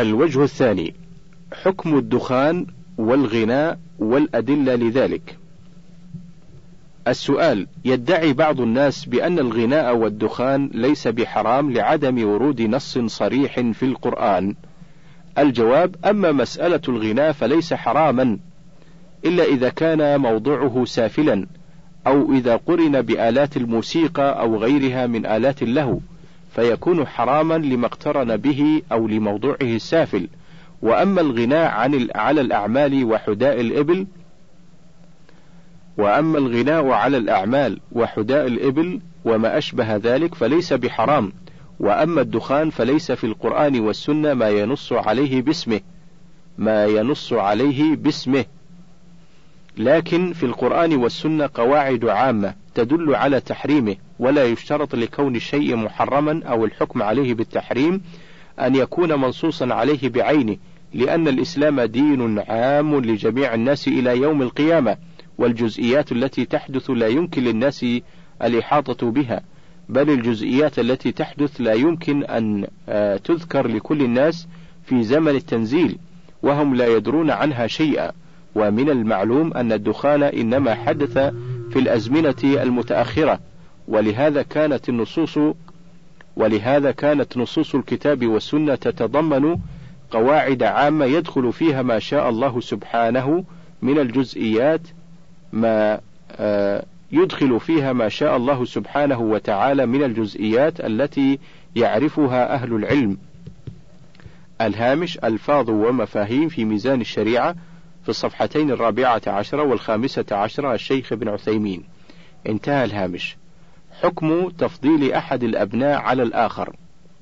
الوجه الثاني: حكم الدخان والغناء والأدلة لذلك. السؤال: يدعي بعض الناس بأن الغناء والدخان ليس بحرام لعدم ورود نص صريح في القرآن. الجواب: أما مسألة الغناء فليس حراما إلا إذا كان موضوعه سافلا، أو إذا قرن بآلات الموسيقى أو غيرها من آلات اللهو، فيكون حراما لما اقترن به أو لموضوعه السافل. وأما الغناء على الأعمال وحداء الإبل وحداء الإبل وما أشبه ذلك فليس بحرام. وأما الدخان فليس في القرآن والسنة ما ينص عليه باسمه، لكن في القرآن والسنة قواعد عامة تدل على تحريمه، ولا يشترط لكون الشيء محرما أو الحكم عليه بالتحريم أن يكون منصوصا عليه بعينه، لأن الإسلام دين عام لجميع الناس إلى يوم القيامة، والجزئيات التي تحدث لا يمكن للناس الإحاطة بها، بل الجزئيات التي تحدث لا يمكن أن تذكر لكل الناس في زمن التنزيل، وهم لا يدرون عنها شيئا. ومن المعلوم أن الدخان إنما حدث في الأزمنة المتأخرة، ولهذا كانت نصوص الكتاب والسنة تتضمن قواعد عامة يدخل فيها ما شاء الله سبحانه من الجزئيات، ما شاء الله سبحانه وتعالى من الجزئيات التي يعرفها أهل العلم. الهامش: ألفاظ ومفاهيم في ميزان الشريعة، في الصفحتين 14 و15، الشيخ ابن عثيمين. انتهى الهامش. حكم تفضيل أحد الأبناء على الآخر.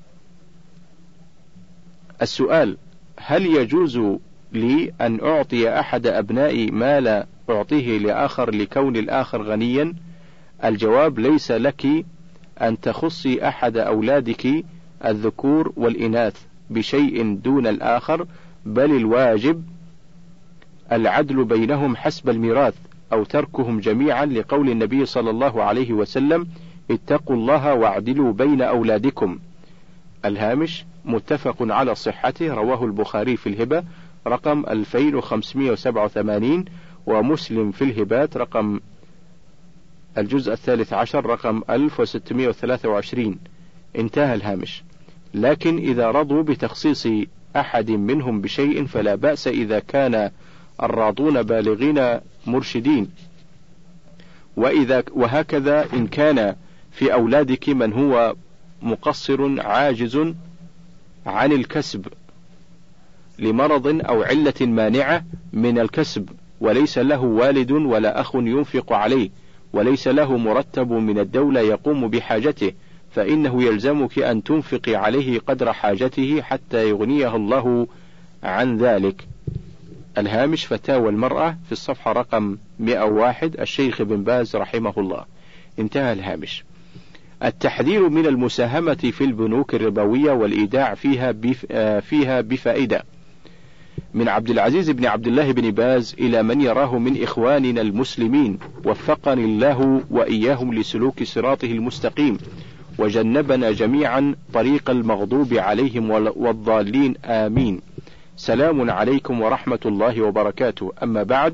السؤال: هل يجوز لي أن أعطي أحد أبنائي ما لا أعطيه لآخر لكون الآخر غنيا؟ الجواب: ليس لك أن تخصي أحد أولادك الذكور والإناث بشيء دون الآخر، بل الواجب العدل بينهم حسب الميراث، أو تركهم جميعا، لقول النبي صلى الله عليه وسلم: اتقوا الله واعدلوا بين أولادكم. الهامش: متفق على صحته، رواه البخاري في الهبة رقم 2587، ومسلم في الهبات رقم الجزء 13 رقم 1623. انتهى الهامش. لكن إذا رضوا بتخصيص أحد منهم بشيء فلا بأس إذا كان الراضون بالغين مرشدين. وهكذا إن كان في أولادك من هو مقصر عاجز عن الكسب لمرض أو علة مانعة من الكسب، وليس له والد ولا أخ ينفق عليه، وليس له مرتب من الدولة يقوم بحاجته، فإنه يلزمك أن تنفقي عليه قدر حاجته حتى يغنيه الله عن ذلك. الهامش: فتاوى المرأة، في الصفحة رقم 101، الشيخ بن باز رحمه الله. انتهى الهامش. التحذير من المساهمة في البنوك الربوية والإيداع فيها بفائدة. من عبد العزيز بن عبد الله بن باز إلى من يراه من إخواننا المسلمين، وفقني الله وإياهم لسلوك صراطه المستقيم، وجنبنا جميعا طريق المغضوب عليهم والضالين، آمين. سلام عليكم ورحمة الله وبركاته. أما بعد،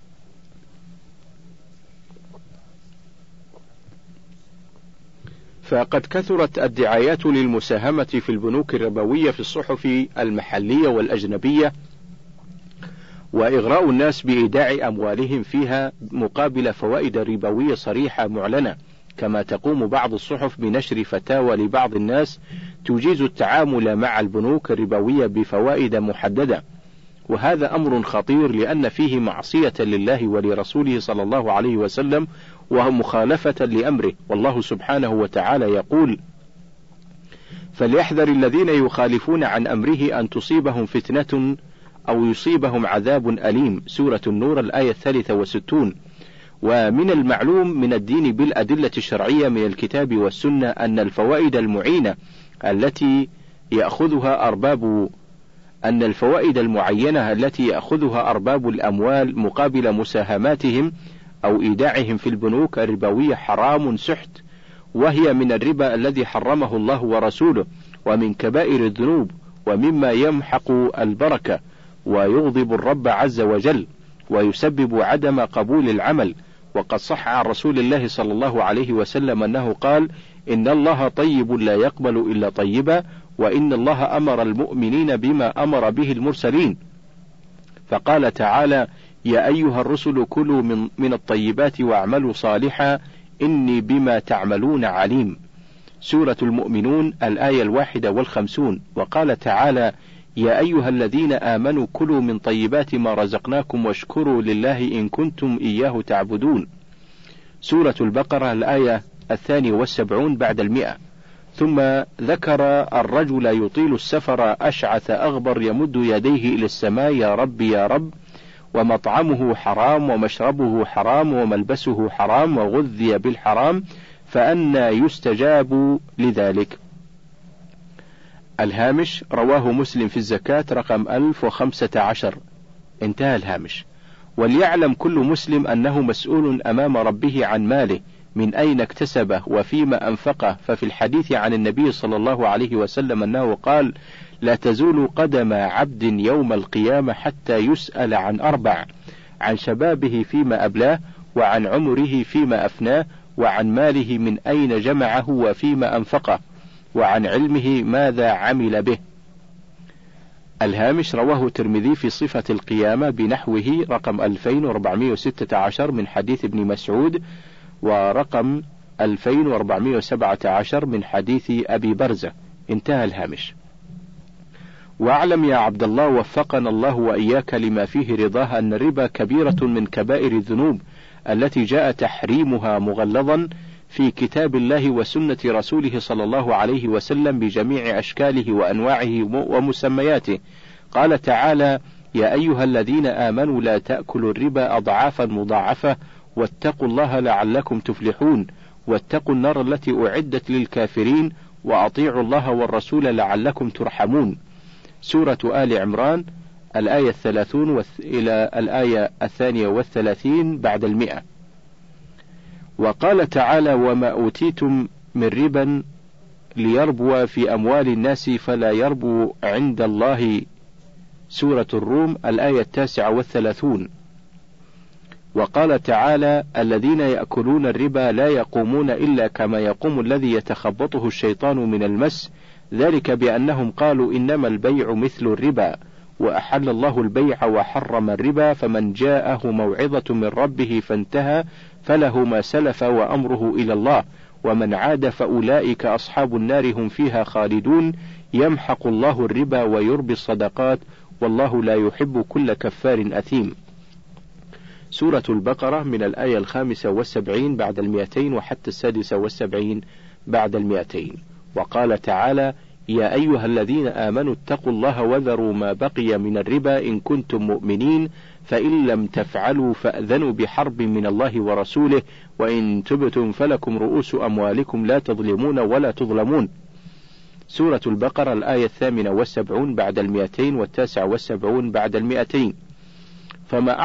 فقد كثرت الدعايات للمساهمة في البنوك الربوية في الصحف المحلية والأجنبية، وإغراء الناس بإيداع أموالهم فيها مقابل فوائد ربوية صريحة معلنة، كما تقوم بعض الصحف بنشر فتاوى لبعض الناس تجيز التعامل مع البنوك الربوية بفوائد محددة، وهذا أمر خطير لأن فيه معصية لله ولرسوله صلى الله عليه وسلم، ومخالفة لأمره. والله سبحانه وتعالى يقول: فليحذر الذين يخالفون عن أمره أن تصيبهم فتنة أو يصيبهم عذاب أليم. سورة النور الآية 63. ومن المعلوم من الدين بالأدلة الشرعية من الكتاب والسنة أن الفوائد المعينة التي يأخذها أرباب الأموال مقابل مساهماتهم أو إيداعهم في البنوك الربوية حرام سحت، وهي من الربا الذي حرمه الله ورسوله، ومن كبائر الذنوب، ومما يمحق البركة ويغضب الرب عز وجل ويسبب عدم قبول العمل. وقد صح عن رسول الله صلى الله عليه وسلم أنه قال: إن الله طيب لا يقبل إلا طيبا، وإن الله أمر المؤمنين بما أمر به المرسلين. فقال تعالى: يا أيها الرسل كلوا من الطيبات واعملوا صالحا إني بما تعملون عليم. سورة المؤمنون الآية 51. وقال تعالى: يا أيها الذين آمنوا كلوا من طيبات ما رزقناكم واشكروا لله إن كنتم إياه تعبدون. سورة البقرة الآية 72 بعد 100. ثم ذكر الرجل يطيل السفر أشعث أغبر يمد يديه إلى السماء: يا رب يا رب، ومطعمه حرام ومشربه حرام وملبسه حرام وغذي بالحرام، فأنى يستجاب لذلك. الهامش: رواه مسلم في الزكاة رقم 1015. انتهى الهامش. وليعلم كل مسلم أنه مسؤول أمام ربه عن ماله، من أين اكتسبه وفيما أنفقه. ففي الحديث عن النبي صلى الله عليه وسلم أنه قال: لا تزول قدم عبد يوم القيامة حتى يسأل عن 4: عن شبابه فيما أبلاه، وعن عمره فيما أفناه، وعن ماله من أين جمعه وفيما أنفقه، وعن علمه ماذا عمل به. الهامش: رواه الترمذي في صفة القيامة بنحوه رقم 2416 من حديث ابن مسعود، ورقم 2417 من حديث أبي برزة. انتهى الهامش. واعلم يا عبد الله وفقنا الله وإياك لما فيه رضاه أن الربا كبيرة من كبائر الذنوب التي جاء تحريمها مغلظا في كتاب الله وسنة رسوله صلى الله عليه وسلم بجميع أشكاله وأنواعه ومسمياته. قال تعالى: يا أيها الذين آمنوا لا تأكلوا الربا أضعافا مضاعفة واتقوا الله لعلكم تفلحون، واتقوا النار التي أعدت للكافرين، وأطيعوا الله والرسول لعلكم ترحمون. سورة آل عمران الآية 30 إلى الآية 32 بعد 100. وقال تعالى: وما أوتيتم من ربا ليربو في أموال الناس فلا يربو عند الله. سورة الروم الآية 39. وقال تعالى: الذين يأكلون الربا لا يقومون إلا كما يقوم الذي يتخبطه الشيطان من المس، ذلك بأنهم قالوا إنما البيع مثل الربا، وأحل الله البيع وحرم الربا، فمن جاءه موعظة من ربه فانتهى فله ما سلف وأمره إلى الله، ومن عاد فأولئك أصحاب النار هم فيها خالدون. يمحق الله الربا ويربي الصدقات، والله لا يحب كل كفار أثيم. سورة البقرة من الآية 75 بعد 200 وحتى 76 بعد 200. وقال تعالى: يا أيها الذين آمنوا اتقوا الله وذروا ما بقي من الربا إن كنتم مؤمنين، فإن لم تفعلوا فأذنوا بحرب من الله ورسوله، وإن تبتم فلكم رؤوس أموالكم لا تظلمون ولا تظلمون. سورة البقرة الآية 78 بعد 200 و79 بعد 200. فما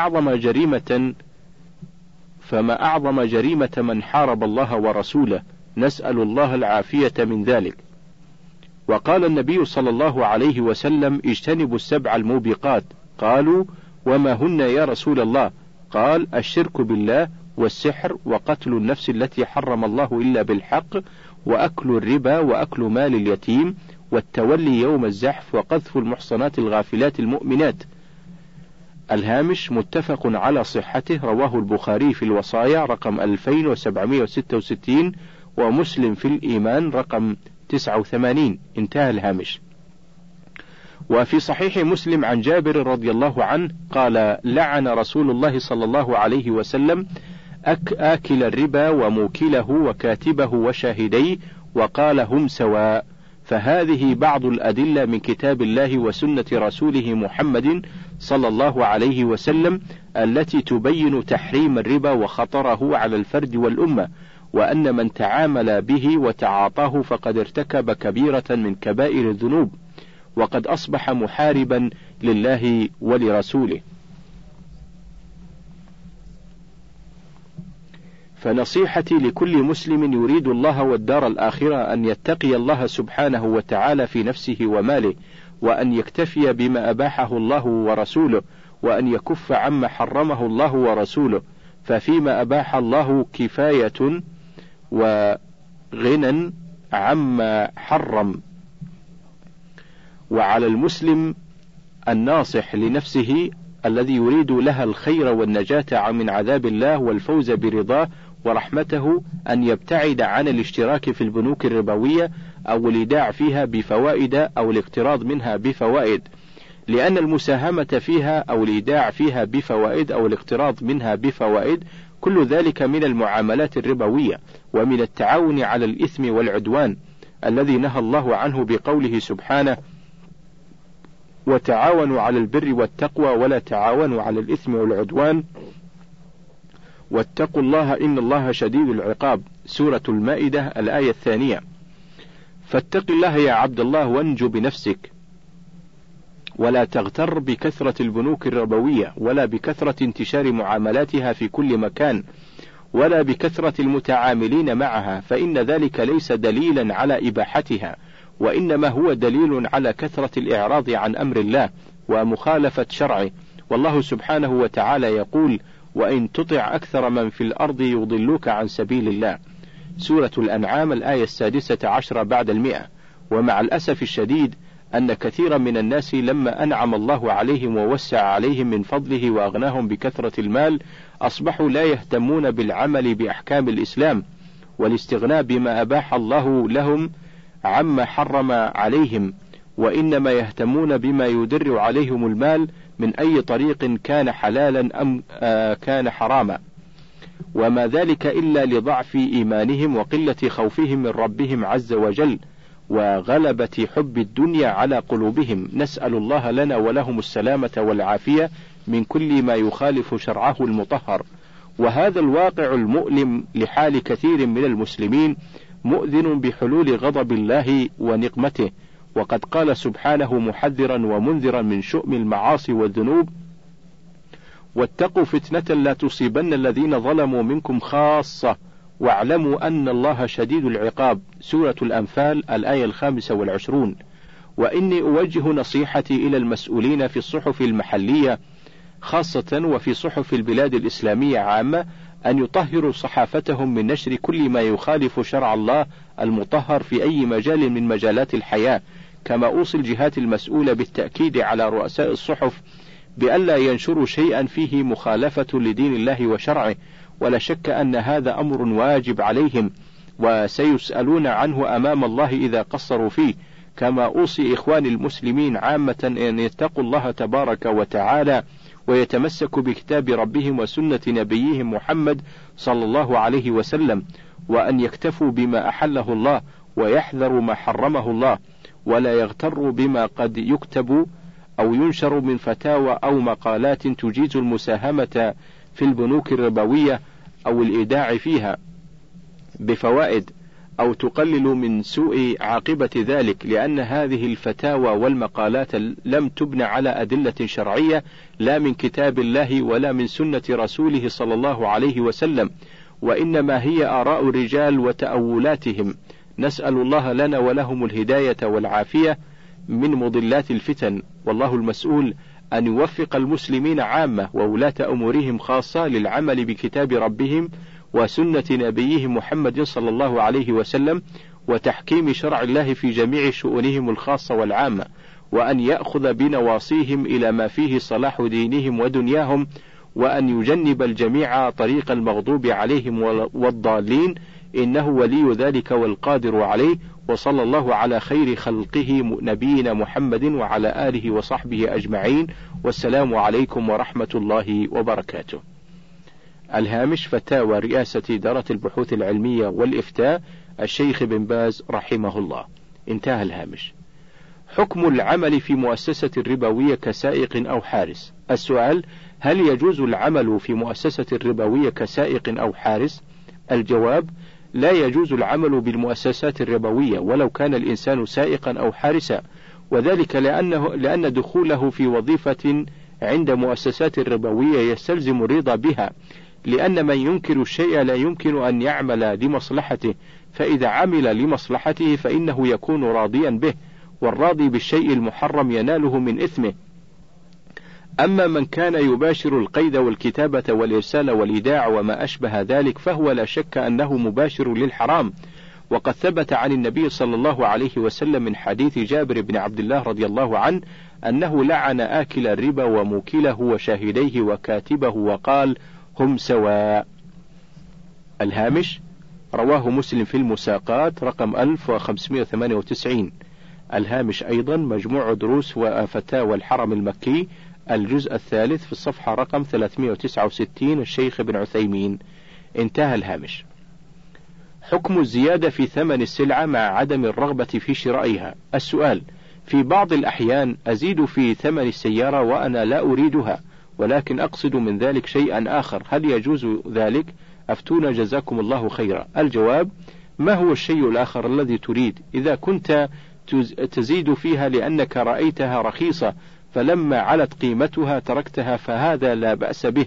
أعظم جريمة من حارب الله ورسوله، نسأل الله العافية من ذلك. وقال النبي صلى الله عليه وسلم: اجتنبوا السبع الموبقات. قالوا: وما هن يا رسول الله؟ قال: الشرك بالله، والسحر، وقتل النفس التي حرم الله إلا بالحق، وأكل الربا، وأكل مال اليتيم، والتولي يوم الزحف، وقذف المحصنات الغافلات المؤمنات. الهامش: متفق على صحته، رواه البخاري في الوصايا رقم 2766، ومسلم في الإيمان رقم 89. انتهى الهامش. وفي صحيح مسلم عن جابر رضي الله عنه قال: لعن رسول الله صلى الله عليه وسلم آكل الربا وموكله وكاتبه وشاهديه، وقال: هم سواء. فهذه بعض الأدلة من كتاب الله وسنة رسوله محمد صلى الله عليه وسلم التي تبين تحريم الربا وخطره على الفرد والأمة، وأن من تعامل به وتعاطاه فقد ارتكب كبيرة من كبائر الذنوب، وقد أصبح محاربا لله ولرسوله. فنصيحتي لكل مسلم يريد الله والدار الآخرة أن يتقي الله سبحانه وتعالى في نفسه وماله، وأن يكتفي بما أباحه الله ورسوله، وأن يكف عما حرمه الله ورسوله، ففيما أباح الله كفاية وغنى عما حرم. وعلى المسلم الناصح لنفسه الذي يريد لها الخير والنجاة من عذاب الله والفوز برضاه ورحمته أن يبتعد عن الاشتراك في البنوك الربوية أو الإيداع فيها بفوائد أو الاقتراض منها بفوائد، لأن المساهمة فيها أو الإيداع فيها بفوائد أو الاقتراض منها بفوائد كل ذلك من المعاملات الربوية ومن التعاون على الإثم والعدوان الذي نهى الله عنه بقوله سبحانه: وتعاونوا على البر والتقوى ولا تعاونوا على الإثم والعدوان واتقوا الله إن الله شديد العقاب. سورة المائدة الآية 2. فاتق الله يا عبد الله وانجو بنفسك، ولا تغتر بكثرة البنوك الربوية ولا بكثرة انتشار معاملاتها في كل مكان ولا بكثرة المتعاملين معها، فإن ذلك ليس دليلا على إباحتها، وإنما هو دليل على كثرة الإعراض عن أمر الله ومخالفة شرعه. والله سبحانه وتعالى يقول: وإن تطع أكثر من في الأرض يضلوك عن سبيل الله. سورة الأنعام الآية 16 بعد 100. ومع الأسف الشديد أن كثيرا من الناس لما أنعم الله عليهم ووسع عليهم من فضله وأغناهم بكثرة المال أصبحوا لا يهتمون بالعمل بأحكام الإسلام والاستغناء بما أباح الله لهم عما حرم عليهم، وإنما يهتمون بما يدر عليهم المال من أي طريق كان حلالا أم كان حراما، وما ذلك إلا لضعف إيمانهم وقلة خوفهم من ربهم عز وجل وغلبة حب الدنيا على قلوبهم. نسأل الله لنا ولهم السلامة والعافية من كل ما يخالف شرعه المطهر. وهذا الواقع المؤلم لحال كثير من المسلمين مؤذن بحلول غضب الله ونقمته، وقد قال سبحانه محذرا ومنذرا من شؤم المعاصي والذنوب: واتقوا فتنة لا تصيبن الذين ظلموا منكم خاصة واعلموا أن الله شديد العقاب. سورة الأنفال الآية 25. وإني أوجه نصيحتي إلى المسؤولين في الصحف المحلية خاصة وفي صحف البلاد الإسلامية عامة أن يطهروا صحافتهم من نشر كل ما يخالف شرع الله المطهر في أي مجال من مجالات الحياة، كما أوصي الجهات المسؤولة بالتأكيد على رؤساء الصحف بألا ينشروا شيئا فيه مخالفة لدين الله وشرعه، ولا شك أن هذا أمر واجب عليهم وسيسألون عنه أمام الله إذا قصروا فيه. كما أوصي إخواني المسلمين عامة أن يتقوا الله تبارك وتعالى ويتمسكوا بكتاب ربهم وسنة نبيهم محمد صلى الله عليه وسلم، وأن يكتفوا بما أحله الله ويحذروا ما حرمه الله، ولا يغتروا بما قد يكتب أو ينشر من فتاوى أو مقالات تجيز المساهمة في البنوك الربوية أو الإيداع فيها بفوائد أو تقلل من سوء عاقبة ذلك، لأن هذه الفتاوى والمقالات لم تبن على أدلة شرعية لا من كتاب الله ولا من سنة رسوله صلى الله عليه وسلم، وإنما هي آراء الرجال وتأولاتهم. نسأل الله لنا ولهم الهداية والعافية من مضلات الفتن، والله المسؤول أن يوفق المسلمين عامة وولاة أمورهم خاصة للعمل بكتاب ربهم وسنة نبيهم محمد صلى الله عليه وسلم وتحكيم شرع الله في جميع شؤونهم الخاصة والعامة، وأن يأخذ بنواصيهم إلى ما فيه صلاح دينهم ودنياهم، وأن يجنب الجميع طريق المغضوب عليهم والضالين، إنه ولي ذلك والقادر عليه. وصلى الله على خير خلقه نبينا محمد وعلى آله وصحبه أجمعين، والسلام عليكم ورحمة الله وبركاته. الهامش: فتاوى رئاسة إدارة البحوث العلمية والإفتاء الشيخ بن باز رحمه الله. انتهى الهامش. حكم العمل في مؤسسة ربوية كسائق أو حارس. السؤال: هل يجوز العمل في مؤسسة ربوية كسائق أو حارس؟ الجواب: لا يجوز العمل بالمؤسسات الربوية ولو كان الإنسان سائقا أو حارسا، وذلك لأن دخوله في وظيفة عند مؤسسات ربوية يستلزم الرضا بها، لأن من ينكر الشيء لا يمكن أن يعمل لمصلحته، فإذا عمل لمصلحته فإنه يكون راضيا به، والراضي بالشيء المحرم يناله من إثمه. أما من كان يباشر القيد والكتابة والإرسال والإيداع وما أشبه ذلك فهو لا شك أنه مباشر للحرام، وقد ثبت عن النبي صلى الله عليه وسلم من حديث جابر بن عبد الله رضي الله عنه أنه لعن آكل الربا وموكله وشاهديه وكاتبه وقال هم سواء. الهامش: رواه مسلم في المساقات رقم 1598. الهامش أيضا: مجموع دروس وفتاوى الحرم المكي الجزء الثالث في الصفحة رقم 369 الشيخ ابن عثيمين. انتهى الهامش. حكم الزيادة في ثمن السلعة مع عدم الرغبة في شرائها. السؤال: في بعض الأحيان أزيد في ثمن السيارة وأنا لا أريدها، ولكن أقصد من ذلك شيئا آخر، هل يجوز ذلك؟ أفتونا جزاكم الله خيرا. الجواب: ما هو الشيء الآخر الذي تريد؟ إذا كنت تزيد فيها لأنك رأيتها رخيصة فلما علت قيمتها تركتها فهذا لا بأس به.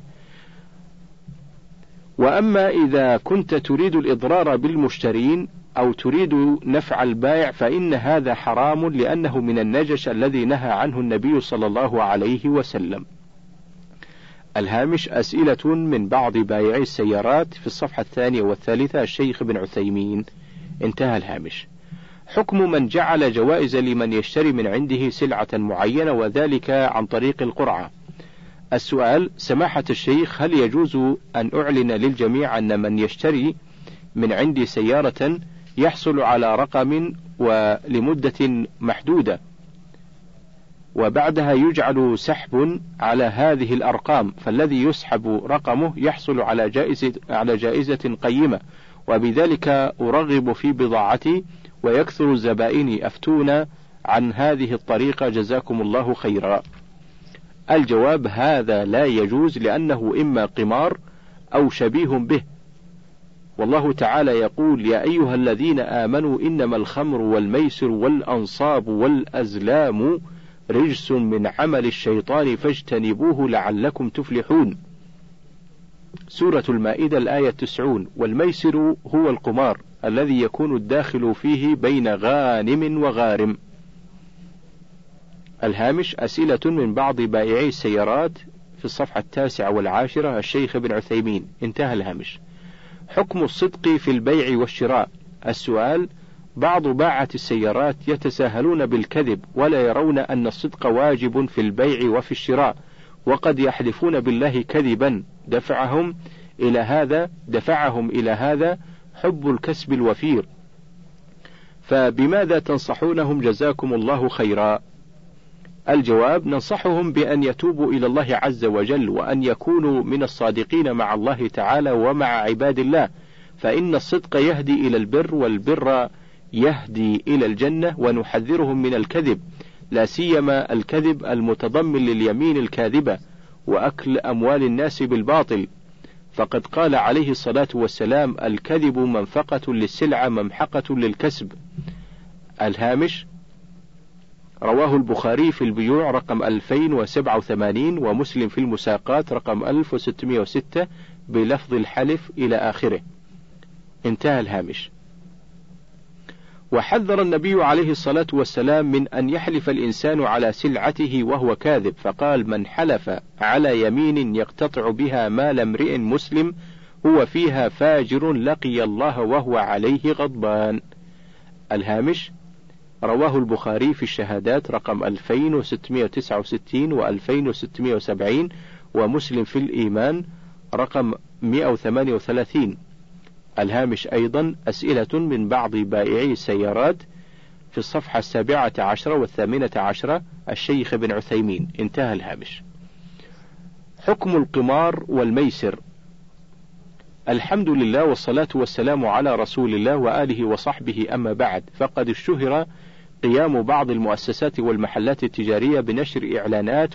وأما إذا كنت تريد الإضرار بالمشترين أو تريد نفع البائع فإن هذا حرام، لأنه من النجش الذي نهى عنه النبي صلى الله عليه وسلم. الهامش: أسئلة من بعض بائعي السيارات في الصفحة 2 والثالثة الشيخ ابن عثيمين. انتهى الهامش. حكم من جعل جوائز لمن يشتري من عنده سلعة معينة وذلك عن طريق القرعة. السؤال: سماحة الشيخ، هل يجوز أن أعلن للجميع أن من يشتري من عندي سيارة يحصل على رقم ولمدة محدودة وبعدها يجعل سحب على هذه الأرقام، فالذي يسحب رقمه يحصل على جائزة قيمة، وبذلك أرغب في بضاعتي ويكثر الزبائن؟ أفتونا عن هذه الطريقة جزاكم الله خيرا. الجواب: هذا لا يجوز، لأنه إما قمار أو شبيه به، والله تعالى يقول: يا أيها الذين آمنوا إنما الخمر والميسر والأنصاب والأزلام رجس من عمل الشيطان فاجتنبوه لعلكم تفلحون. سورة المائدة الآية 90. والميسر هو القمار الذي يكون الداخل فيه بين غانم وغارم. الهامش: أسئلة من بعض بائعي السيارات في الصفحة 9 والعاشرة الشيخ ابن عثيمين. انتهى الهامش. حكم الصدق في البيع والشراء. السؤال: بعض باعة السيارات يتساهلون بالكذب ولا يرون أن الصدق واجب في البيع وفي الشراء، وقد يحلفون بالله كذبا دفعهم إلى هذا حب الكسب الوفير، فبماذا تنصحونهم جزاكم الله خيرا؟ الجواب: ننصحهم بأن يتوبوا إلى الله عز وجل وأن يكونوا من الصادقين مع الله تعالى ومع عباد الله، فإن الصدق يهدي إلى البر والبر يهدي إلى الجنة، ونحذرهم من الكذب، لا سيما الكذب المتضمن لليمين الكاذبة وأكل أموال الناس بالباطل، فقد قال عليه الصلاة والسلام: الكذب منفقة للسلعة ممحقة للكسب. الهامش: رواه البخاري في البيوع رقم 2087 ومسلم في المساقات رقم 1606 بلفظ الحلف إلى آخره. انتهى الهامش. وحذر النبي عليه الصلاة والسلام من أن يحلف الإنسان على سلعته وهو كاذب، فقال: من حلف على يمين يقتطع بها مال امرئ مسلم هو فيها فاجر لقي الله وهو عليه غضبان. الهامش: رواه البخاري في الشهادات رقم 2669 و 2670 ومسلم في الإيمان رقم 138. الهامش أيضا: أسئلة من بعض بائعي السيارات في الصفحة 17 و18 الشيخ ابن عثيمين. انتهى الهامش. حكم القمار والميسر. الحمد لله والصلاة والسلام على رسول الله وآله وصحبه، أما بعد، فقد اشتهر قيام بعض المؤسسات والمحلات التجارية بنشر إعلانات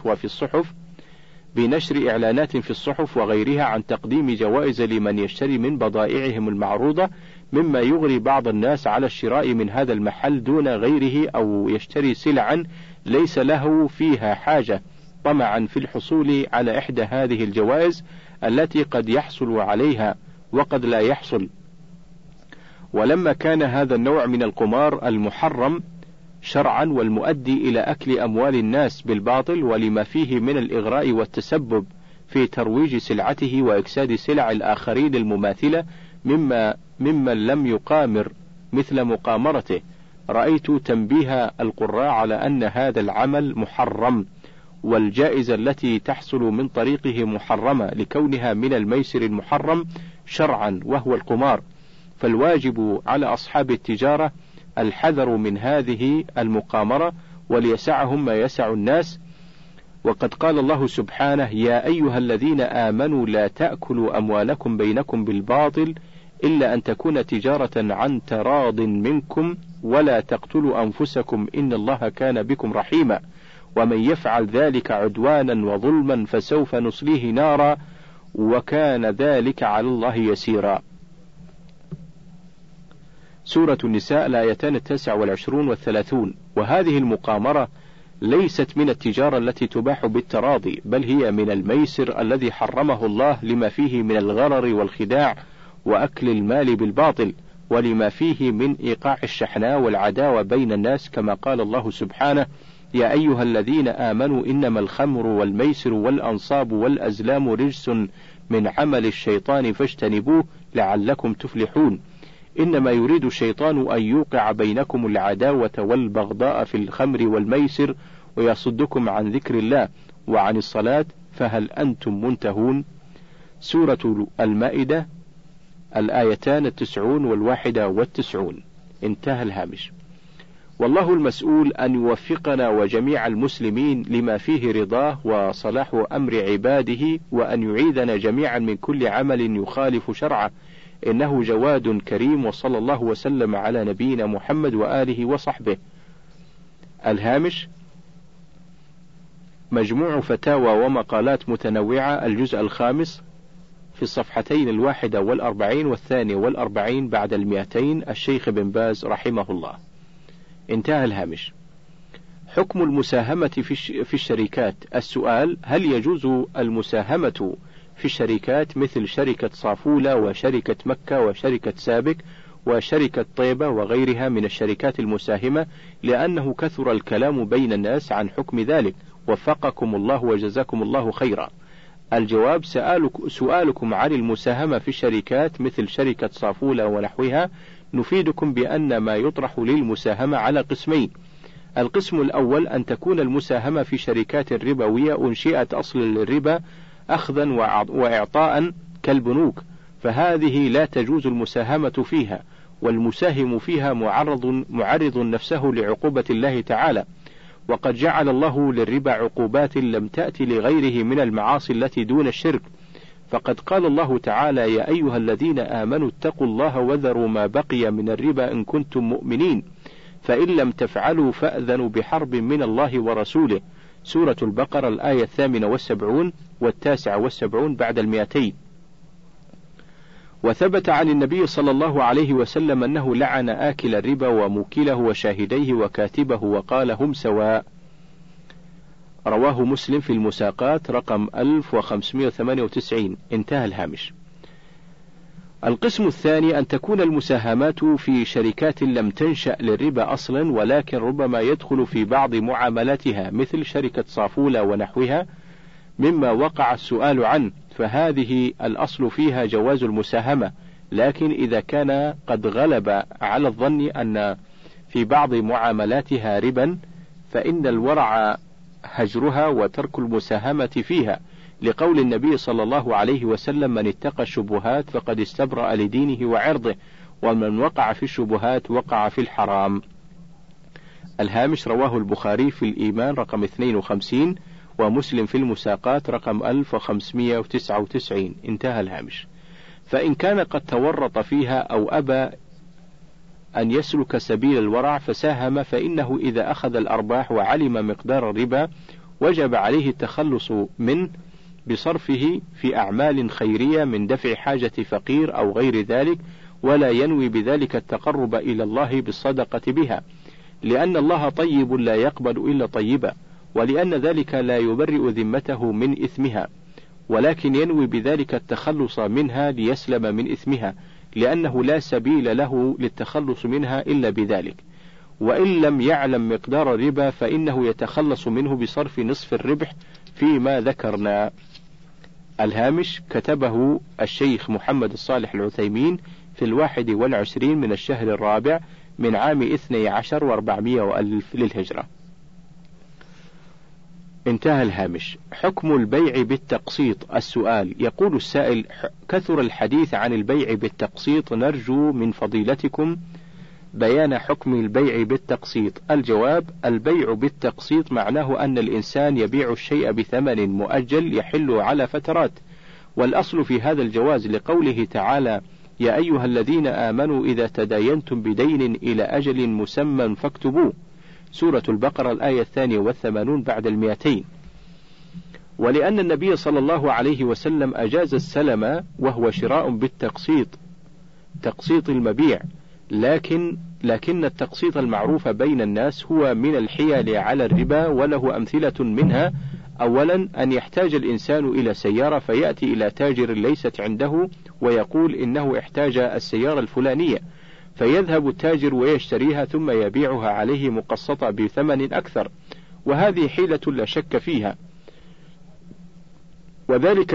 في الصحف وغيرها عن تقديم جوائز لمن يشتري من بضائعهم المعروضة، مما يغري بعض الناس على الشراء من هذا المحل دون غيره، أو يشتري سلعا ليس له فيها حاجة طمعا في الحصول على إحدى هذه الجوائز التي قد يحصل عليها وقد لا يحصل. ولما كان هذا النوع من القمار المحرم شرعا والمؤدي إلى أكل أموال الناس بالباطل، ولما فيه من الإغراء والتسبب في ترويج سلعته وإكساد سلع الآخرين المماثلة ممن لم يقامر مثل مقامرته. رأيت تنبيه القراء على أن هذا العمل محرم، والجائزة التي تحصل من طريقه محرمة لكونها من الميسر المحرم شرعا وهو القمار، فالواجب على أصحاب التجارة الحذر من هذه المقامرة وليسعهم ما يسع الناس. وقد قال الله سبحانه: يا أيها الذين آمنوا لا تأكلوا أموالكم بينكم بالباطل إلا أن تكون تجارة عن تراض منكم ولا تقتلوا أنفسكم إن الله كان بكم رحيما ومن يفعل ذلك عدوانا وظلما فسوف نصليه نارا وكان ذلك على الله يسيرا. سورة النساء الآيتان 29 و30. وهذه المقامرة ليست من التجارة التي تباح بالتراضي، بل هي من الميسر الذي حرمه الله لما فيه من الغرر والخداع وأكل المال بالباطل، ولما فيه من إيقاع الشحناء والعداوة بين الناس، كما قال الله سبحانه: يا أيها الذين آمنوا إنما الخمر والميسر والأنصاب والأزلام رجس من عمل الشيطان فاجتنبوه لعلكم تفلحون. إنما يريد الشيطان أن يوقع بينكم العداوة والبغضاء في الخمر والميسر ويصدكم عن ذكر الله وعن الصلاة فهل أنتم منتهون. سورة المائدة الآيتان 90 و91. انتهى الهامش. والله المسؤول أن يوفقنا وجميع المسلمين لما فيه رضاه وصلاح أمر عباده، وأن يعيذنا جميعا من كل عمل يخالف شرعه، إنه جواد كريم. وصلى الله وسلم على نبينا محمد وآله وصحبه. الهامش: مجموع فتاوى ومقالات متنوعة، الجزء الخامس، في الصفحتين 41 و42 بعد 200، الشيخ بن باز رحمه الله. انتهى الهامش. حكم المساهمة في الشركات. السؤال: هل يجوز المساهمة في الشركات مثل شركة صافولة وشركة مكة وشركة سابك وشركة طيبة وغيرها من الشركات المساهمة، لأنه كثر الكلام بين الناس عن حكم ذلك، وفقكم الله وجزاكم الله خيرا. الجواب: سؤالكم عن المساهمة في الشركات مثل شركة صافولة ونحوها نفيدكم بأن ما يطرح للمساهمة على قسمين. القسم الأول أن تكون المساهمة في شركات ربوية أنشئت أصل للربا أخذا وإعطاء كالبنوك، فهذه لا تجوز المساهمة فيها، والمساهم فيها معرض نفسه لعقوبة الله تعالى. وقد جعل الله للربا عقوبات لم تأتي لغيره من المعاصي التي دون الشرك، فقد قال الله تعالى: يا أيها الذين آمنوا اتقوا الله وذروا ما بقي من الربا إن كنتم مؤمنين، فإن لم تفعلوا فأذنوا بحرب من الله ورسوله. سورة البقرة الآية 78 و79 بعد 200. وثبت عن النبي صلى الله عليه وسلم أنه لعن آكل الربا وموكله وشاهديه وكاتبه وقال: هم سواء. رواه مسلم في المساقات رقم 1598. انتهى الهامش. القسم الثاني أن تكون المساهمات في شركات لم تنشأ للربا أصلا، ولكن ربما يدخل في بعض معاملاتها مثل شركة صافولة ونحوها مما وقع السؤال عنه، فهذه الأصل فيها جواز المساهمة، لكن إذا كان قد غلب على الظن أن في بعض معاملاتها ربا فإن الورع هجرها وترك المساهمة فيها، لقول النبي صلى الله عليه وسلم: من اتقى الشبهات فقد استبرأ لدينه وعرضه، ومن وقع في الشبهات وقع في الحرام. الهامش. رواه البخاري في الإيمان رقم 52 ومسلم في المساقات رقم 1599. انتهى الهامش. فإن كان قد تورط فيها أو أبى أن يسلك سبيل الورع فساهم، فإنه إذا أخذ الأرباح وعلم مقدار الربا وجب عليه التخلص منه بصرفه في أعمال خيرية من دفع حاجة فقير أو غير ذلك، ولا ينوي بذلك التقرب إلى الله بالصدقة بها، لأن الله طيب لا يقبل إلا طيبا، ولأن ذلك لا يبرئ ذمته من إثمها، ولكن ينوي بذلك التخلص منها ليسلم من إثمها، لأنه لا سبيل له للتخلص منها إلا بذلك. وإن لم يعلم مقدار الربا فإنه يتخلص منه بصرف نصف الربح فيما ذكرنا. الهامش كتبه الشيخ محمد الصالح العثيمين في 21 من الشهر الرابع من عام 12 و400 وألف للهجرة. انتهى الهامش. حكم البيع بالتقسيط. السؤال: يقول السائل: كثر الحديث عن البيع بالتقسيط، نرجو من فضيلتكم بيان حكم البيع بالتقسيط. الجواب: البيع بالتقسيط معناه أن الإنسان يبيع الشيء بثمن مؤجل يحل على فترات، والأصل في هذا الجواز لقوله تعالى: يا أيها الذين آمنوا إذا تداينتم بدين إلى أجل مسمى فاكتبوه، سورة البقرة الآية 82 بعد 200. ولأن النبي صلى الله عليه وسلم أجاز السلم وهو شراء بالتقسيط، تقسيط المبيع، لكن التقسيط المعروف بين الناس هو من الحيل على الربا، وله أمثلة منها: أولا، أن يحتاج الإنسان إلى سيارة فيأتي إلى تاجر ليست عنده ويقول إنه احتاج السيارة الفلانية، فيذهب التاجر ويشتريها ثم يبيعها عليه مقسطة بثمن أكثر، وهذه حيلة لا شك فيها، وذلك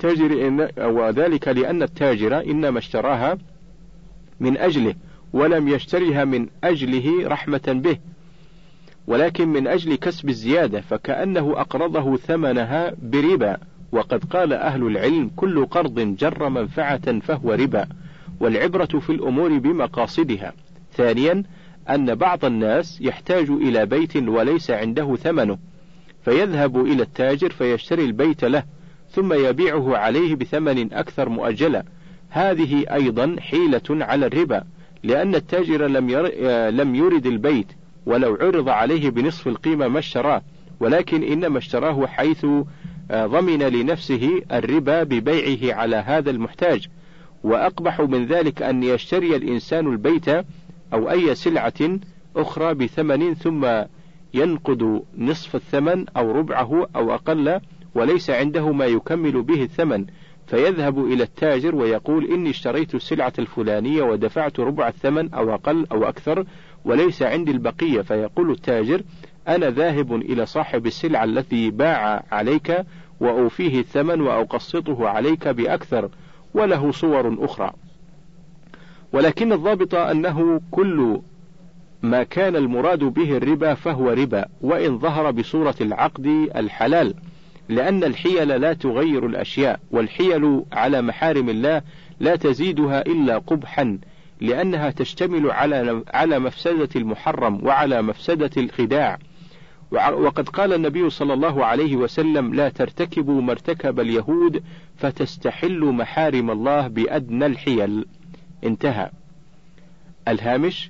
لأن التاجر إنما اشتراها من أجله ولم يشتريها من أجله رحمة به، ولكن من أجل كسب الزيادة، فكأنه أقرضه ثمنها بربا. وقد قال أهل العلم: كل قرض جر منفعة فهو ربا، والعبرة في الأمور بمقاصدها. ثانيا، أن بعض الناس يحتاج إلى بيت وليس عنده ثمنه، فيذهب إلى التاجر فيشتري البيت له ثم يبيعه عليه بثمن أكثر مؤجلا، هذه أيضا حيلة على الربا، لأن التاجر لم يرد البيت، ولو عرض عليه بنصف القيمة ما اشتراه، ولكن إنما اشتراه حيث ضمن لنفسه الربا ببيعه على هذا المحتاج. وأقبح من ذلك أن يشتري الإنسان البيت أو أي سلعة أخرى بثمن ثم ينقد نصف الثمن أو ربعه أو أقل، وليس عنده ما يكمل به الثمن، فيذهب إلى التاجر ويقول: إني اشتريت السلعة الفلانية ودفعت ربع الثمن أو أقل أو أكثر وليس عندي البقية، فيقول التاجر: أنا ذاهب إلى صاحب السلعة الذي باع عليك وأوفيه الثمن وأقسطه عليك بأكثر، وله صور أخرى. ولكن الضابط أنه كل ما كان المراد به الربا فهو ربا، وإن ظهر بصورة العقد الحلال، لأن الحيل لا تغير الأشياء، والحيل على محارم الله لا تزيدها إلا قبحا، لأنها تشتمل على مفسدة المحرم وعلى مفسدة الخداع. وقد قال النبي صلى الله عليه وسلم: لا ترتكبوا ما ارتكب اليهود فتستحلوا محارم الله بأدنى الحيل. انتهى. الهامش.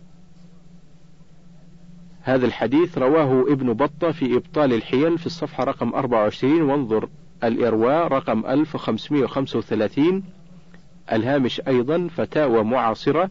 هذا الحديث رواه ابن بطة في إبطال الحيل في الصفحة رقم 24، وانظر الإرواء رقم 1535. الهامش أيضا فتاوى معاصرة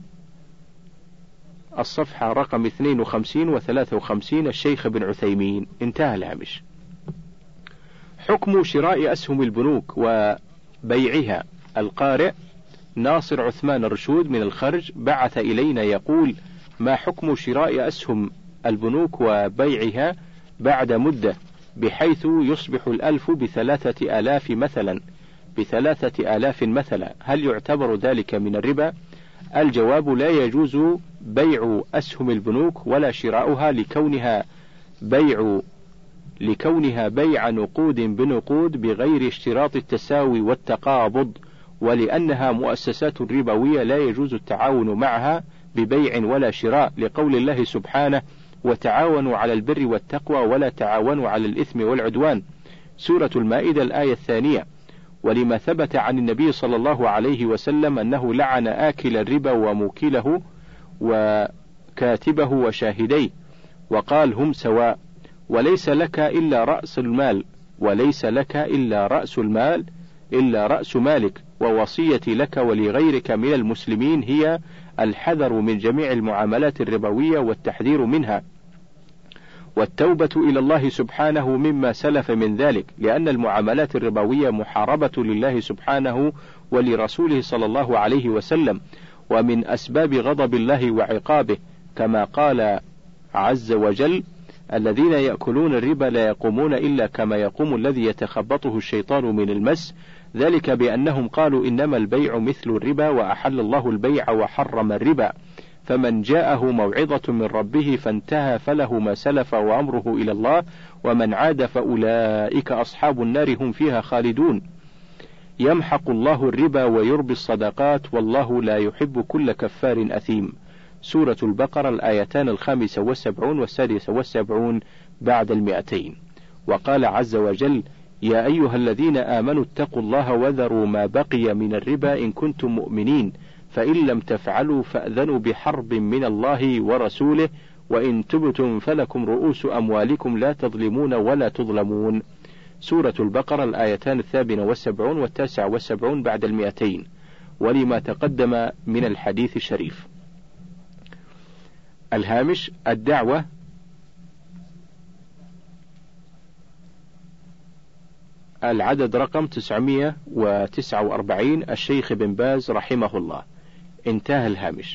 الصفحة رقم 52 و53 الشيخ بن عثيمين. انتهى الهامش. حكم شراء أسهم البنوك وبيعها. القارئ ناصر عثمان الرشود من الخرج بعث إلينا يقول: ما حكم شراء أسهم البنوك وبيعها بعد مدة بحيث يصبح الألف ب3000 مثلا، ب3000 مثلا، هل يعتبر ذلك من الربا؟ الجواب: لا يجوز بيع أسهم البنوك ولا شراؤها لكونها بيع نقود بنقود بغير اشتراط التساوي والتقابض، ولأنها مؤسسات ربوية لا يجوز التعاون معها ببيع ولا شراء، لقول الله سبحانه: وتعاونوا على البر والتقوى ولا تعاونوا على الإثم والعدوان، سورة المائدة الآية 2. ولما ثبت عن النبي صلى الله عليه وسلم أنه لعن آكل الربا وموكله وكاتبه وشاهديه، وقال: هم سواء، وليس لك إلا رأس مالك، ووصيتي لك ولغيرك من المسلمين هي الحذر من جميع المعاملات الربوية والتحذير منها، والتوبة إلى الله سبحانه مما سلف من ذلك، لأن المعاملات الربوية محاربة لله سبحانه ولرسوله صلى الله عليه وسلم، ومن أسباب غضب الله وعقابه، كما قال عز وجل: الذين يأكلون الربا لا يقومون إلا كما يقوم الذي يتخبطه الشيطان من المس، ذلك بأنهم قالوا إنما البيع مثل الربا وأحل الله البيع وحرم الربا، فمن جاءه موعظة من ربه فانتهى فله ما سلف وأمره إلى الله، ومن عاد فأولئك أصحاب النار هم فيها خالدون. يمحق الله الربا ويربي الصدقات والله لا يحب كل كفار أثيم. سورة البقرة الآيتان 75 و76 بعد 200. وقال عز وجل: يا أيها الذين آمنوا اتقوا الله وذروا ما بقي من الربا إن كنتم مؤمنين، فإن لم تفعلوا فأذنوا بحرب من الله ورسوله، وإن تبتم فلكم رؤوس أموالكم لا تظلمون ولا تظلمون. سورة البقرة الآيتان 78 و79 بعد 200، ولما تقدم من الحديث الشريف. الهامش: الدعوة العدد رقم 949 الشيخ بن باز رحمه الله. انتهى الهامش.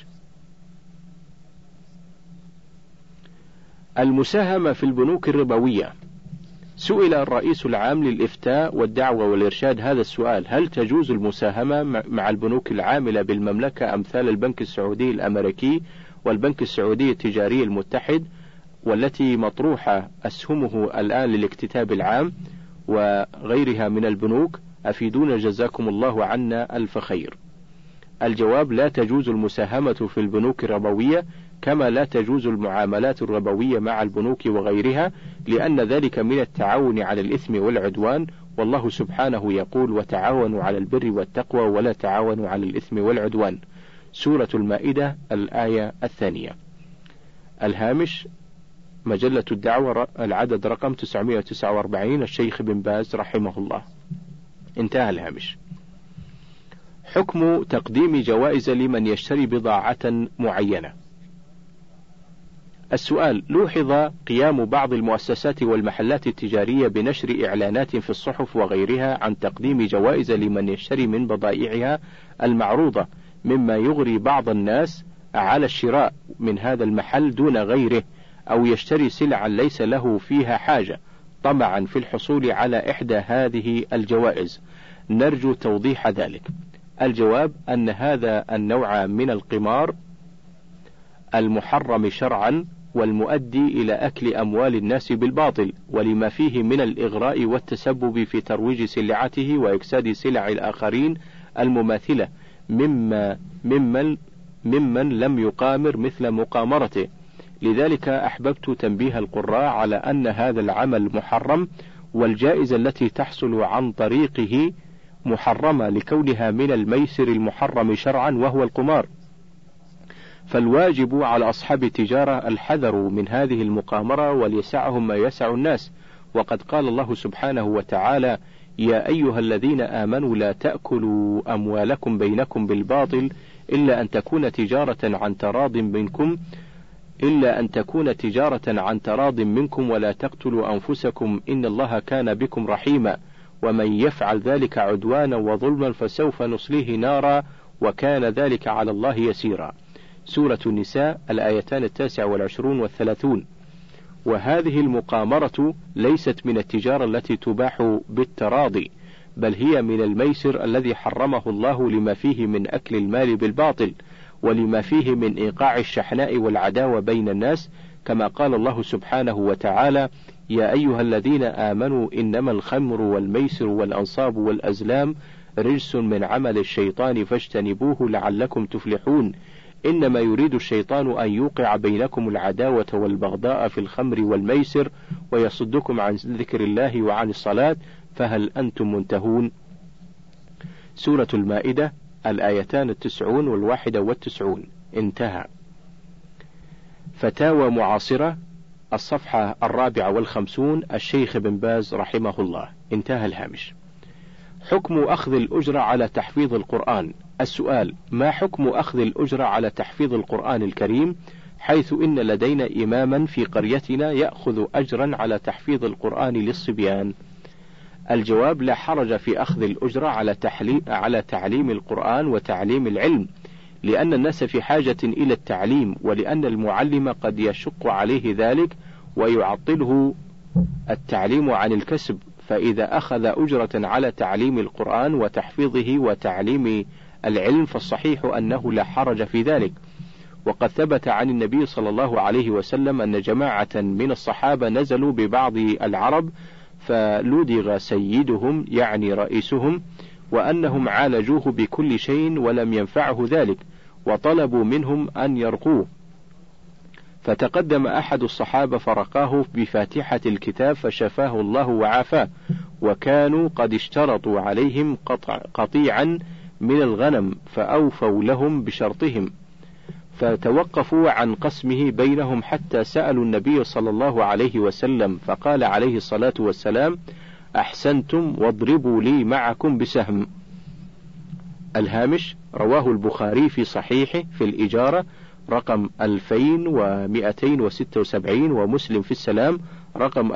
المساهمة في البنوك الربوية. سئل الرئيس العام للإفتاء والدعوة والإرشاد هذا السؤال: هل تجوز المساهمة مع البنوك العاملة بالمملكة أمثال البنك السعودي الأمريكي والبنك السعودي التجاري المتحد، والتي مطروحة أسهمه الآن للاكتتاب العام وغيرها من البنوك؟ أفيدونا جزاكم الله عنا ألف خير. الجواب: لا تجوز المساهمة في البنوك الربوية، كما لا تجوز المعاملات الربوية مع البنوك وغيرها، لأن ذلك من التعاون على الإثم والعدوان، والله سبحانه يقول: وتعاونوا على البر والتقوى ولا تعاونوا على الإثم والعدوان. سورة المائدة الآية 2. الهامش: مجلة الدعوة العدد رقم 949 الشيخ بن باز رحمه الله. انتهى الهامش. حكم تقديم جوائز لمن يشتري بضاعة معينة. السؤال: لوحظ قيام بعض المؤسسات والمحلات التجارية بنشر إعلانات في الصحف وغيرها عن تقديم جوائز لمن يشتري من بضائعها المعروضة، مما يغري بعض الناس على الشراء من هذا المحل دون غيره، أو يشتري سلعا ليس له فيها حاجة طمعا في الحصول على إحدى هذه الجوائز. نرجو توضيح ذلك. الجواب: أن هذا النوع من القمار المحرم شرعا، والمؤدي إلى أكل أموال الناس بالباطل، ولما فيه من الإغراء والتسبب في ترويج سلعته وإفساد سلع الآخرين المماثلة ممن لم يقامر مثل مقامرته. لذلك أحببت تنبيه القراء على أن هذا العمل محرم، والجائزة التي تحصل عن طريقه محرمة لكونها من الميسر المحرم شرعا وهو القمار. فالواجب على أصحاب التجارة الحذر من هذه المقامرة وليسعهم ما يسع الناس. وقد قال الله سبحانه وتعالى: يا أيها الذين آمنوا لا تأكلوا أموالكم بينكم بالباطل إلا أن تكون تجارة عن تراض منكم ولا تقتلوا أنفسكم إن الله كان بكم رحيما ومن يفعل ذلك عدوانا وظلما فسوف نصليه نارا وكان ذلك على الله يسيرا. سورة النساء الآيتان 29 و30. وهذه المقامرة ليست من التجارة التي تباح بالتراضي، بل هي من الميسر الذي حرمه الله لما فيه من أكل المال بالباطل، ولما فيه من إيقاع الشحناء والعداوة بين الناس، كما قال الله سبحانه وتعالى: يا أيها الذين آمنوا إنما الخمر والميسر والأنصاب والأزلام رجس من عمل الشيطان فاجتنبوه لعلكم تفلحون إنما يريد الشيطان أن يوقع بينكم العداوة والبغضاء في الخمر والميسر ويصدكم عن ذكر الله وعن الصلاة فهل أنتم منتهون. سورة المائدة الآيتان 90 و91. انتهى. فتاوى معاصرة الصفحة 54 الشيخ بن باز رحمه الله. انتهى الهامش. حكم أخذ الأجرة على تحفيظ القرآن. السؤال: ما حكم أخذ الأجرة على تحفيظ القرآن الكريم، حيث إن لدينا إماما في قريتنا يأخذ أجرا على تحفيظ القرآن للصبيان؟ الجواب: لا حرج في أخذ الأجرة على تعليم القرآن وتعليم العلم، لأن الناس في حاجة إلى التعليم، ولأن المعلم قد يشق عليه ذلك ويعطله التعليم عن الكسب، فإذا أخذ أجرة على تعليم القرآن وتحفيظه وتعليم العلم فالصحيح أنه لا حرج في ذلك. وقد ثبت عن النبي صلى الله عليه وسلم أن جماعة من الصحابة نزلوا ببعض العرب فلدغ سيدهم يعني رئيسهم، وأنهم عالجوه بكل شيء ولم ينفعه ذلك، وطلبوا منهم أن يرقوه، فتقدم أحد الصحابة فرقاه بفاتحة الكتاب فشفاه الله وعافاه، وكانوا قد اشترطوا عليهم قطيعا من الغنم فأوفوا لهم بشرطهم، فتوقفوا عن قسمه بينهم حتى سألوا النبي صلى الله عليه وسلم، فقال عليه الصلاة والسلام: أحسنتم واضربوا لي معكم بسهم. الهامش: رواه البخاري في صحيحه في الإجارة رقم 2276، ومسلم في السلام رقم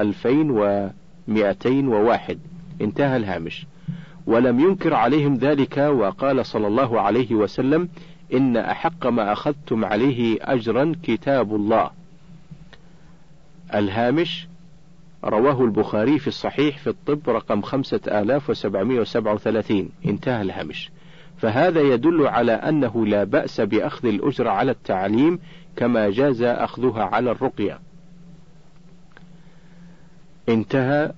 2201. انتهى الهامش. ولم ينكر عليهم ذلك، وقال صلى الله عليه وسلم: إن أحق ما أخذتم عليه أجرا كتاب الله. الهامش: رواه البخاري في الصحيح في الطب رقم 5737. انتهى الهامش. فهذا يدل على أنه لا بأس بأخذ الأجرة على التعليم كما جاز أخذها على الرقية. انتهى.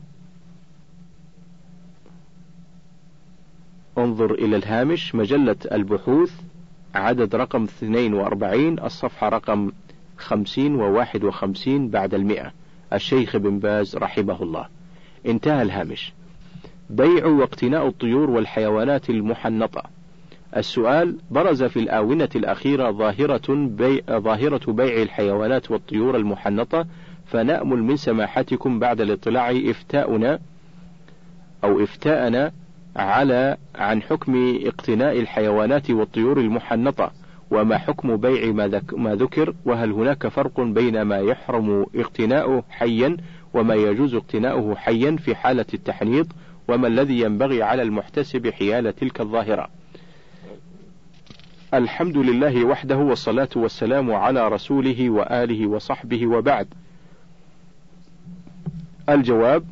انظر إلى الهامش: مجلة البحوث عدد رقم 42 الصفحة رقم 50 و51 بعد 100، الشيخ بن باز رحمه الله. انتهى الهامش. بيع واقتناء الطيور والحيوانات المحنطة. السؤال: برز في الآونة الأخيرة ظاهرة بيع الحيوانات والطيور المحنطة، فنأمل من سماحتكم بعد الاطلاع إفتاءنا عن حكم اقتناء الحيوانات والطيور المحنطة، وما حكم بيع ما ذكر، وهل هناك فرق بين ما يحرم اقتناؤه حيا وما يجوز اقتناؤه حيا في حالة التحنيط، وما الذي ينبغي على المحتسب حيال تلك الظاهرة؟ الحمد لله وحده، والصلاة والسلام على رسوله وآله وصحبه، وبعد. الجواب: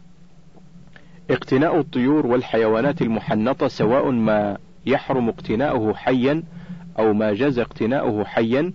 اقتناء الطيور والحيوانات المحنطة سواء ما يحرم اقتناؤه حيا أو ما جاز اقتناؤه حيا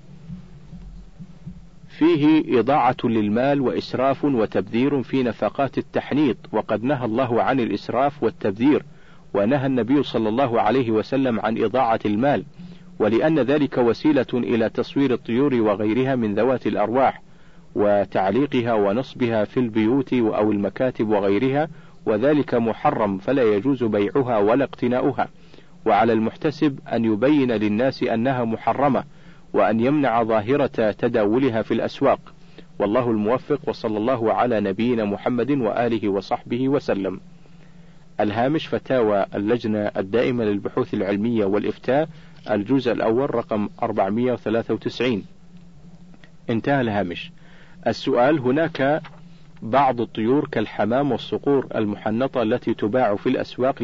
فيه إضاعة للمال وإسراف وتبذير في نفقات التحنيط، وقد نهى الله عن الإسراف والتبذير، ونهى النبي صلى الله عليه وسلم عن إضاعة المال، ولأن ذلك وسيلة إلى تصوير الطيور وغيرها من ذوات الأرواح وتعليقها ونصبها في البيوت أو المكاتب وغيرها، وذلك محرم فلا يجوز بيعها ولا اقتناؤها، وعلى المحتسب أن يبين للناس أنها محرمة، وأن يمنع ظاهرة تداولها في الأسواق، والله الموفق، وصلى الله على نبينا محمد وآله وصحبه وسلم. الهامش: فتاوى اللجنة الدائمة للبحوث العلمية والإفتاء، الجزء الأول رقم 493. انتهى الهامش. السؤال: هناك بعض الطيور كالحمام والصقور المحنطة التي تباع في الأسواق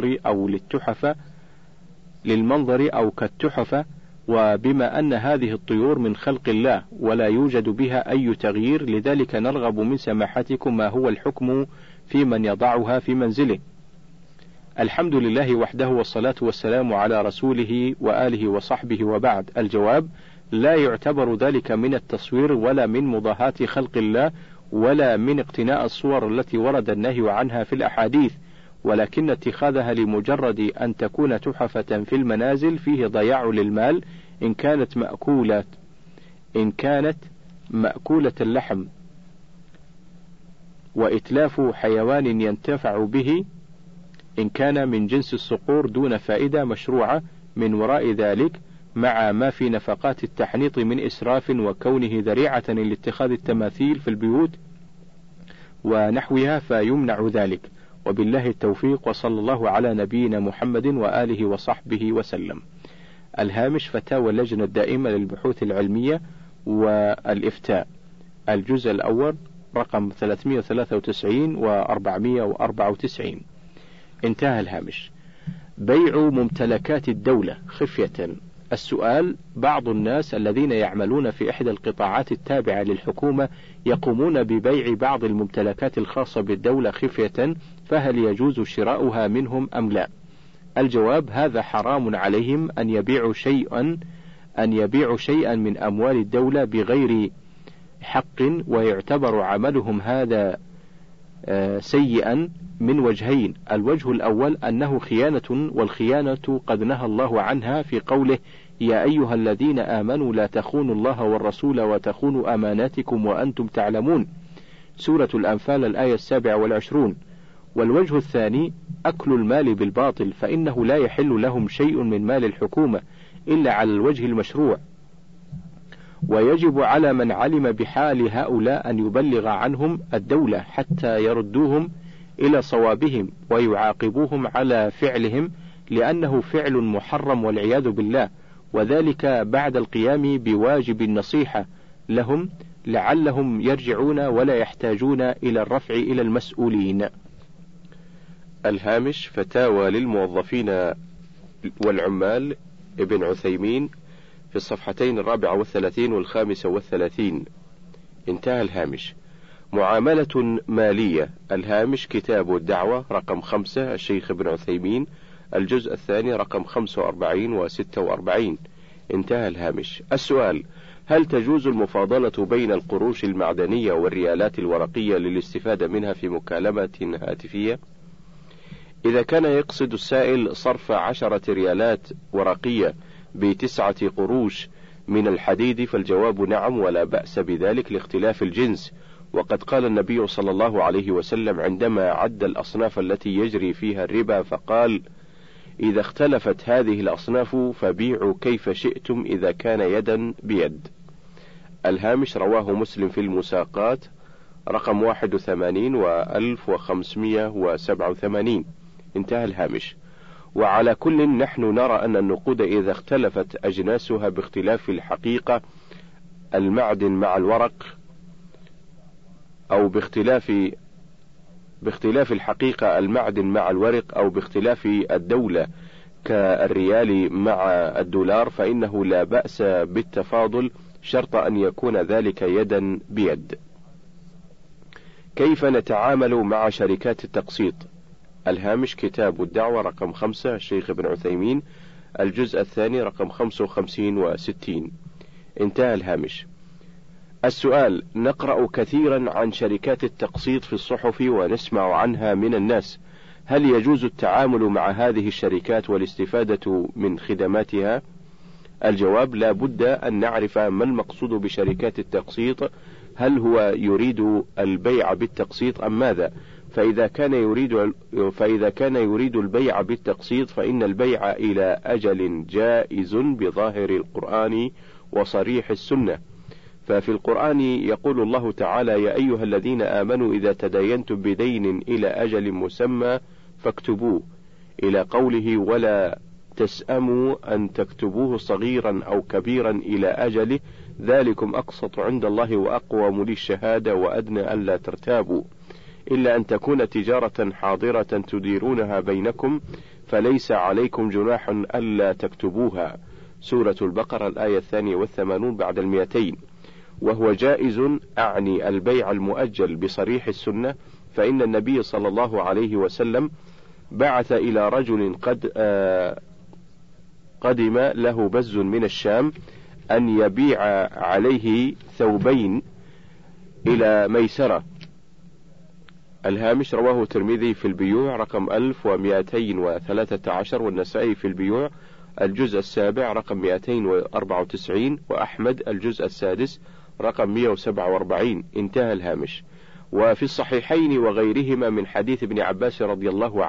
للمنظر أو كالتحفة، وبما أن هذه الطيور من خلق الله ولا يوجد بها أي تغيير، لذلك نرغب من سماحتكم ما هو الحكم في من يضعها في منزله؟ الحمد لله وحده، والصلاة والسلام على رسوله وآله وصحبه، وبعد. الجواب: لا يعتبر ذلك من التصوير ولا من مضاهاة خلق الله ولا من اقتناء الصور التي ورد النهي عنها في الأحاديث، ولكن اتخاذها لمجرد أن تكون تحفة في المنازل فيه ضياع للمال إن كانت مأكولة اللحم، وإتلاف حيوان ينتفع به إن كان من جنس الصقور دون فائدة مشروعة من وراء ذلك، مع ما في نفقات التحنيط من إسراف وكونه ذريعة لاتخاذ التماثيل في البيوت ونحوها، فيمنع ذلك. وبالله التوفيق، وصلى الله على نبينا محمد وآله وصحبه وسلم. الهامش: فتاوى اللجنة الدائمة للبحوث العلمية والإفتاء، الجزء الأول رقم 393 و494. انتهى الهامش. بيع ممتلكات الدولة خفية. السؤال: بعض الناس الذين يعملون في إحدى القطاعات التابعة للحكومة يقومون ببيع بعض الممتلكات الخاصة بالدولة خفية، فهل يجوز شراؤها منهم أم لا؟ الجواب: هذا حرام عليهم أن يبيعوا شيئا من أموال الدولة بغير حق، ويعتبر عملهم هذا سيئا من وجهين. الوجه الأول أنه خيانة، والخيانة قد نهى الله عنها في قوله: يا أيها الذين آمنوا لا تخونوا الله والرسول وتخونوا أماناتكم وأنتم تعلمون، سورة الأنفال الآية 27. والوجه الثاني أكل المال بالباطل، فإنه لا يحل لهم شيء من مال الحكومة إلا على الوجه المشروع، ويجب على من علم بحال هؤلاء أن يبلغ عنهم الدولة حتى يردوهم إلى صوابهم ويعاقبوهم على فعلهم، لأنه فعل محرم والعياذ بالله، وذلك بعد القيام بواجب النصيحة لهم لعلهم يرجعون ولا يحتاجون إلى الرفع إلى المسؤولين. الهامش: فتاوى للموظفين والعمال ابن عثيمين في الصفحتين 34 و35. انتهى الهامش. معاملة مالية. الهامش: كتاب الدعوة رقم 5 الشيخ ابن عثيمين، الجزء الثاني رقم 45 و46. انتهى الهامش. السؤال: هل تجوز المفاضلة بين القروش المعدنية والريالات الورقية للاستفادة منها في مكالمة هاتفية؟ إذا كان يقصد السائل صرف 10 ريالات ورقية ب9 قروش من الحديد، فالجواب نعم، ولا بأس بذلك لاختلاف الجنس. وقد قال النبي صلى الله عليه وسلم عندما عد الأصناف التي يجري فيها الربا فقال: إذا اختلفت هذه الأصناف فبيعوا كيف شئتم إذا كان يدا بيد. الهامش: رواه مسلم في المساقات رقم 81 و1587. انتهى الهامش. وعلى كل نحن نرى أن النقود إذا اختلفت أجناسها باختلاف الحقيقة المعدن مع الورق، أو باختلاف الحقيقة المعدن مع الورق، أو باختلاف الدولة كالريال مع الدولار، فإنه لا بأس بالتفاضل شرط أن يكون ذلك يدا بيد. كيف نتعامل مع شركات التقسيط؟ الهامش: كتاب الدعوة رقم 5 الشيخ ابن عثيمين، الجزء الثاني رقم 55 و60. انتهى الهامش. السؤال: نقرأ كثيرا عن شركات التقسيط في الصحف ونسمع عنها من الناس، هل يجوز التعامل مع هذه الشركات والاستفادة من خدماتها؟ الجواب: لا بد أن نعرف ما المقصود بشركات التقسيط، هل هو يريد البيع بالتقسيط أم ماذا؟ فإذا كان يريد البيع بالتقسيط فإن البيع إلى أجل جائز بظاهر القرآن وصريح السنة. ففي القرآن يقول الله تعالى: يا أيها الذين آمنوا إذا تداينتم بدين إلى أجل مسمى فاكتبوه، إلى قوله: ولا تسأموا أن تكتبوه صغيرا أو كبيرا إلى أجله، ذلكم أقسط عند الله وأقوم للشهادة وأدنى ألا ترتابوا، إلا أن تكون تجارة حاضرة تديرونها بينكم فليس عليكم جناح ألا تكتبوها. سورة البقرة الآية 82 بعد 200. وهو جائز، أعني البيع المؤجل بصريح السنة، فإن النبي صلى الله عليه وسلم بعث إلى رجل قدم له بز من الشام أن يبيع عليه ثوبين إلى ميسرة. الهامش: رواه الترمذي في البيوع رقم 1213، والنسائي في البيوع الجزء السابع رقم 294، وأحمد الجزء السادس رقم 147. انتهى الهامش. وفي الصحيحين وغيرهما من حديث ابن عباس رضي الله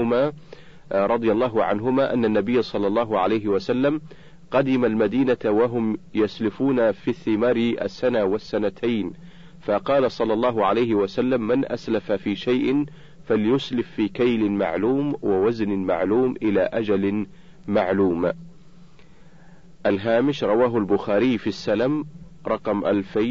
عنهما أن النبي صلى الله عليه وسلم قدم المدينة وهم يسلفون في الثمار السنة والسنتين، فقال صلى الله عليه وسلم: من أسلف في شيء فليسلف في كيل معلوم ووزن معلوم إلى أجل معلوم. الهامش: رواه البخاري في السلم رقم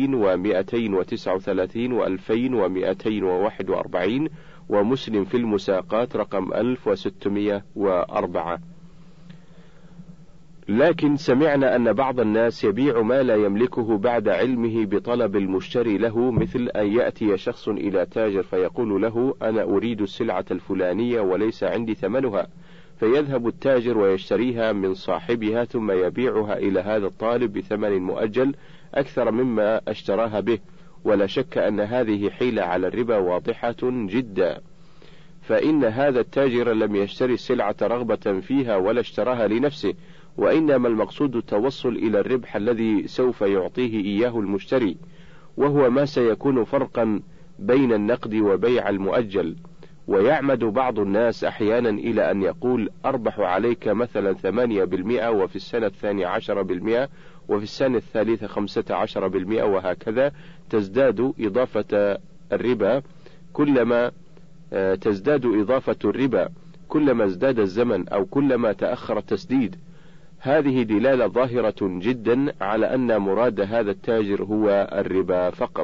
2239 و2241، ومسلم في المساقات رقم 1604. لكن سمعنا أن بعض الناس يبيع ما لا يملكه بعد علمه بطلب المشتري له، مثل أن يأتي شخص إلى تاجر فيقول له: أنا أريد السلعة الفلانية وليس عندي ثمنها، فيذهب التاجر ويشتريها من صاحبها ثم يبيعها إلى هذا الطالب بثمن مؤجل أكثر مما اشتراها به. ولا شك أن هذه حيلة على الربا واضحة جدا، فإن هذا التاجر لم يشتري السلعة رغبة فيها ولا اشتراها لنفسه، وإنما المقصود التوصل إلى الربح الذي سوف يعطيه إياه المشتري، وهو ما سيكون فرقا بين النقد وبيع المؤجل. ويعمد بعض الناس أحيانا إلى أن يقول: أربح عليك مثلا 8%، وفي السنة الثانية 10%، وفي السنة الثالثة 15%، وهكذا تزداد إضافة الربا كلما ازداد الزمن أو كلما تأخر التسديد. هذه دلالة ظاهرة جدا على أن مراد هذا التاجر هو الربا فقط.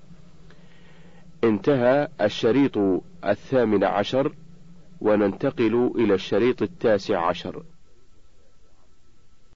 انتهى الشريط 18، وننتقل إلى الشريط 19.